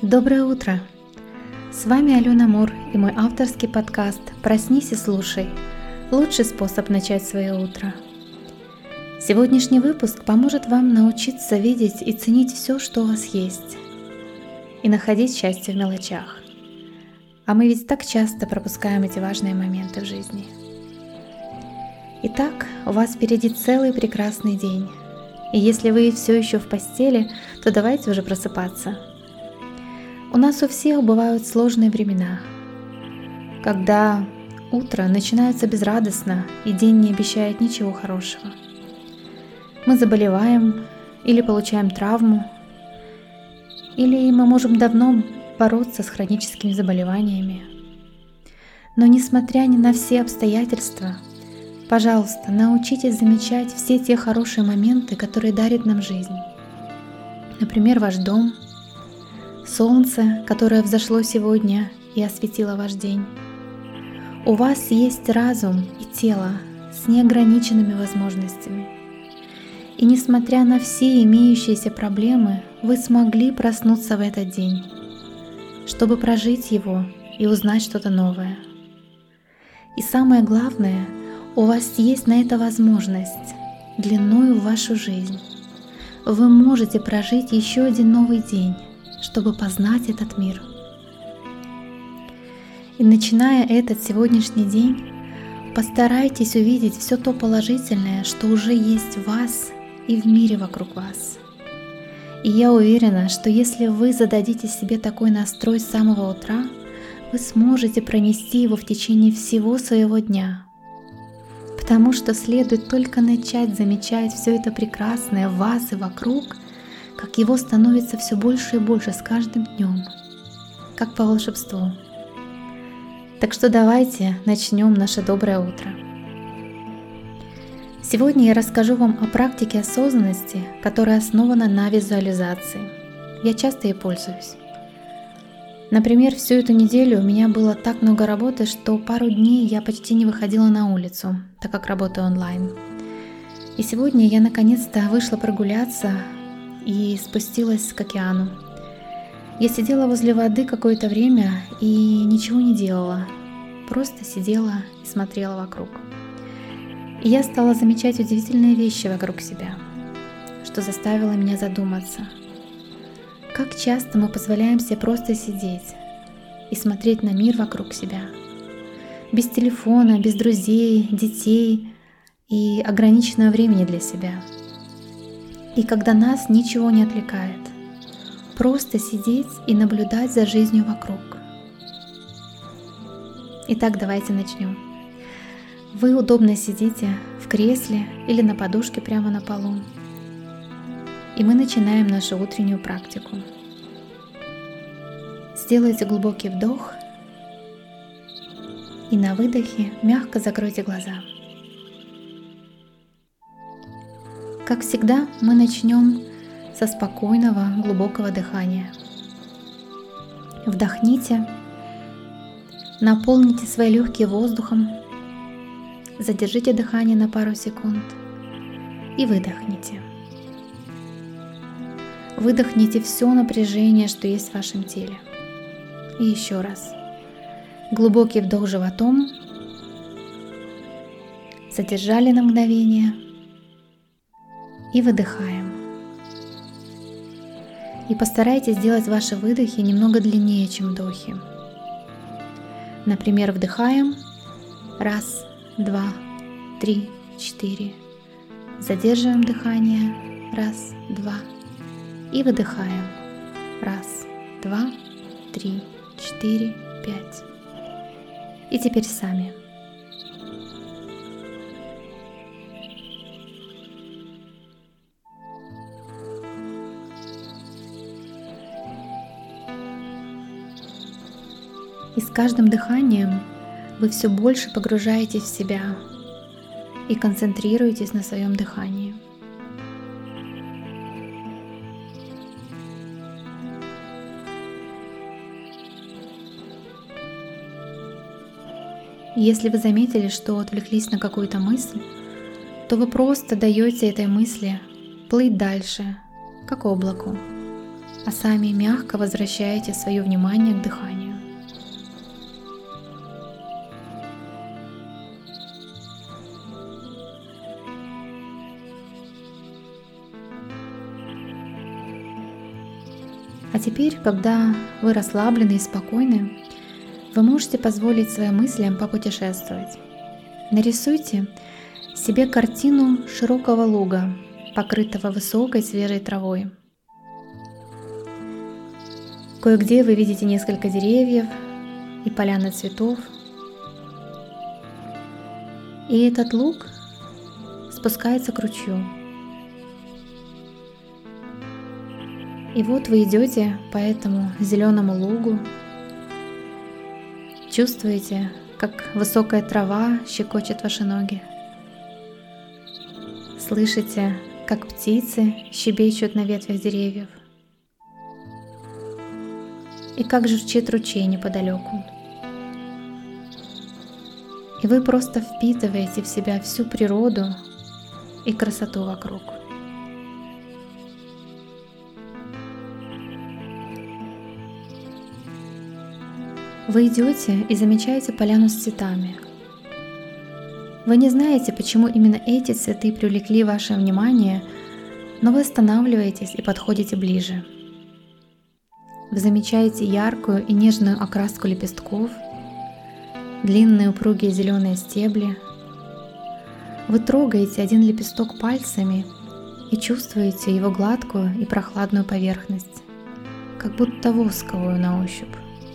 Доброе утро! С вами Алена Мур и мой авторский подкаст «Проснись и слушай» – лучший способ начать свое утро. Сегодняшний выпуск поможет вам научиться видеть и ценить все, что у вас есть, и находить счастье в мелочах. А мы ведь так часто пропускаем эти важные моменты в жизни. Итак, у вас впереди целый прекрасный день. И если вы все еще в постели, то давайте уже просыпаться. У нас у всех бывают сложные времена, когда утро начинается безрадостно и день не обещает ничего хорошего. Мы заболеваем или получаем травму, или мы можем давно бороться с хроническими заболеваниями. Но несмотря ни на все обстоятельства, пожалуйста, научитесь замечать все те хорошие моменты, которые дарит нам жизнь. Например, ваш дом, солнце, которое взошло сегодня и осветило ваш день. У вас есть разум и тело с неограниченными возможностями. И несмотря на все имеющиеся проблемы, вы смогли проснуться в этот день, чтобы прожить его и узнать что-то новое. И самое главное, у вас есть на это возможность, длиною в вашу жизнь. Вы можете прожить еще один новый день, чтобы познать этот мир. И начиная этот сегодняшний день, постарайтесь увидеть все то положительное, что уже есть в вас и в мире вокруг вас. И я уверена, что если вы зададите себе такой настрой с самого утра, вы сможете пронести его в течение всего своего дня. Потому что следует только начать замечать все это прекрасное в вас и вокруг, как его становится все больше и больше с каждым днем, как по волшебству. Так что давайте начнем наше доброе утро. Сегодня я расскажу вам о практике осознанности, которая основана на визуализации. Я часто ей пользуюсь. Например, всю эту неделю у меня было так много работы, что пару дней я почти не выходила на улицу, так как работаю онлайн. И сегодня я наконец-то вышла прогуляться и спустилась к океану. Я сидела возле воды какое-то время и ничего не делала, просто сидела и смотрела вокруг. И я стала замечать удивительные вещи вокруг себя, что заставило меня задуматься. Как часто мы позволяем себе просто сидеть и смотреть на мир вокруг себя, без телефона, без друзей, детей и ограниченного времени для себя. И когда нас ничего не отвлекает, просто сидеть и наблюдать за жизнью вокруг. Итак, давайте начнем. Вы удобно сидите в кресле или на подушке прямо на полу. И мы начинаем нашу утреннюю практику. Сделайте глубокий вдох и на выдохе мягко закройте глаза. Как всегда, мы начнем со спокойного, глубокого дыхания. Вдохните, наполните свои легкие воздухом, задержите дыхание на пару секунд и выдохните. Выдохните все напряжение, что есть в вашем теле. И еще раз. Глубокий вдох животом, задержали на мгновение и выдыхаем. И постарайтесь сделать ваши выдохи немного длиннее, чем вдохи. Например, вдыхаем. 1, 2, 3, 4. Задерживаем дыхание. 1, 2. И выдыхаем. 1, 2, 3, 4, 5. И теперь сами. И с каждым дыханием вы все больше погружаетесь в себя и концентрируетесь на своем дыхании. Если вы заметили, что отвлеклись на какую-то мысль, то вы просто даете этой мысли плыть дальше, как облаку, а сами мягко возвращаете свое внимание к дыханию. А теперь, когда вы расслаблены и спокойны, вы можете позволить своим мыслям попутешествовать. Нарисуйте себе картину широкого луга, покрытого высокой свежей травой. Кое-где вы видите несколько деревьев и поляны цветов. И этот луг спускается к ручью. И вот вы идете по этому зеленому лугу, чувствуете, как высокая трава щекочет ваши ноги. Слышите, как птицы щебечут на ветвях деревьев. И как журчит ручей неподалеку. И вы просто впитываете в себя всю природу и красоту вокруг. Вы идете и замечаете поляну с цветами. Вы не знаете, почему именно эти цветы привлекли ваше внимание, но вы останавливаетесь и подходите ближе. Вы замечаете яркую и нежную окраску лепестков, длинные упругие зеленые стебли. Вы трогаете один лепесток пальцами и чувствуете его гладкую и прохладную поверхность, как будто восковую на ощупь.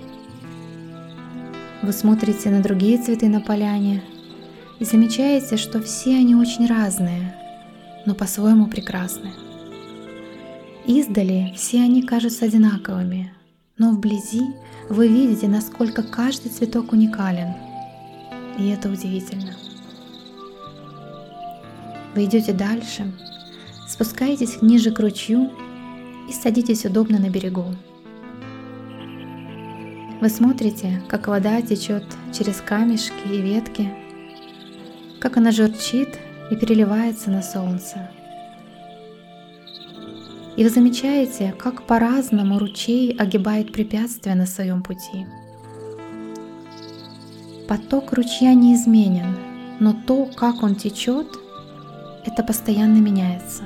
Вы смотрите на другие цветы на поляне и замечаете, что все они очень разные, но по-своему прекрасны. Издали все они кажутся одинаковыми, но вблизи вы видите, насколько каждый цветок уникален, и это удивительно. Вы идете дальше, спускаетесь ниже к ручью и садитесь удобно на берегу. Вы смотрите, как вода течет через камешки и ветки, как она журчит и переливается на солнце. И вы замечаете, как по-разному ручей огибает препятствия на своем пути. Поток ручья неизменен, но то, как он течет, это постоянно меняется.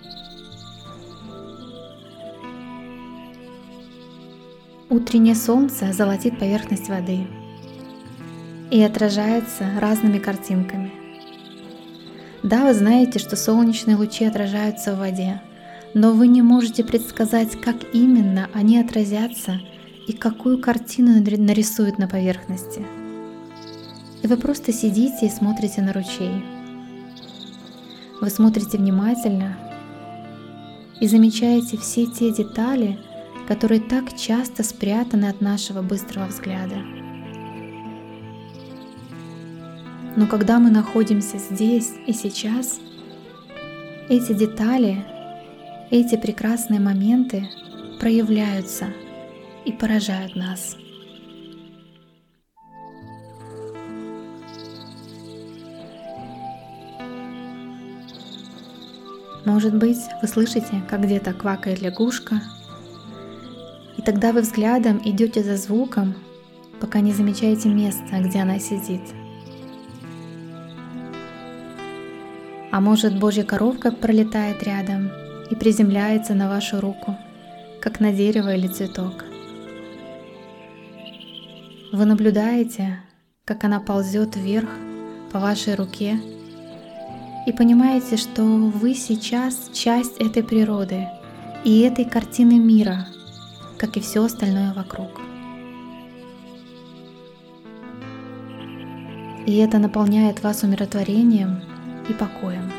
Утреннее солнце золотит поверхность воды и отражается разными картинками. Да, вы знаете, что солнечные лучи отражаются в воде, но вы не можете предсказать, как именно они отразятся и какую картину нарисуют на поверхности. И вы просто сидите и смотрите на ручей. Вы смотрите внимательно и замечаете все те детали, которые так часто спрятаны от нашего быстрого взгляда. Но когда мы находимся здесь и сейчас, эти детали, эти прекрасные моменты проявляются и поражают нас. Может быть, вы слышите, как где-то квакает лягушка, и тогда вы взглядом идете за звуком, пока не замечаете место, где она сидит. А может, Божья коровка пролетает рядом и приземляется на вашу руку, как на дерево или цветок. Вы наблюдаете, как она ползет вверх по вашей руке, и понимаете, что вы сейчас часть этой природы и этой картины мира, как и все остальное вокруг. И это наполняет вас умиротворением и покоем.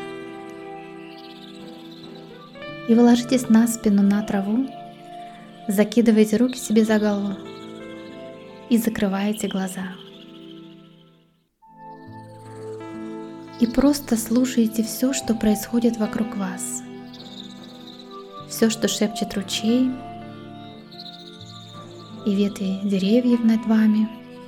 И вы ложитесь на спину на траву, закидываете руки себе за голову и закрываете глаза. И просто слушаете все, что происходит вокруг вас. Все, что шепчет ручей и ветви деревьев над вами.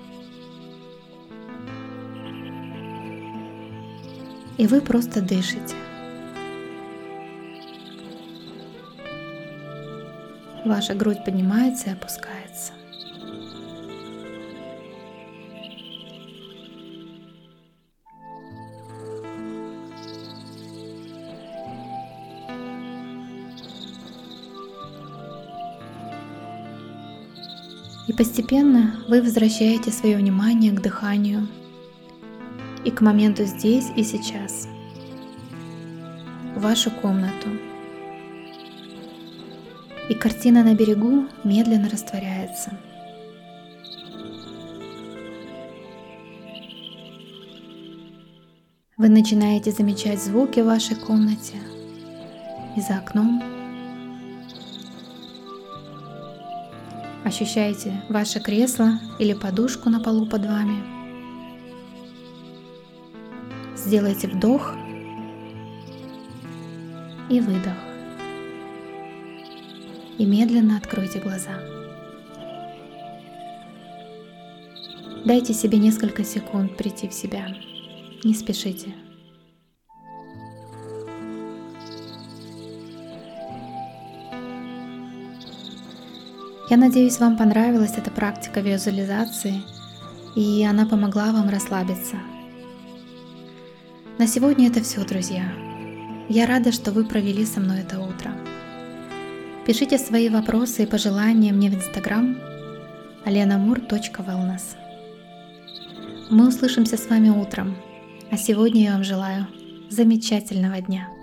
И вы просто дышите. Ваша грудь поднимается и опускается. И постепенно вы возвращаете свое внимание к дыханию и к моменту здесь и сейчас, в вашу комнату. И картина на берегу медленно растворяется. Вы начинаете замечать звуки в вашей комнате и за окном. Ощущаете ваше кресло или подушку на полу под вами. Сделайте вдох и выдох. И медленно откройте глаза. Дайте себе несколько секунд прийти в себя. Не спешите. Я надеюсь, вам понравилась эта практика визуализации, и она помогла вам расслабиться. На сегодня это все, друзья. Я рада, что вы провели со мной это утро. Пишите свои вопросы и пожелания мне в Instagram alenamur.wellness. Мы услышимся с вами утром, а сегодня я вам желаю замечательного дня.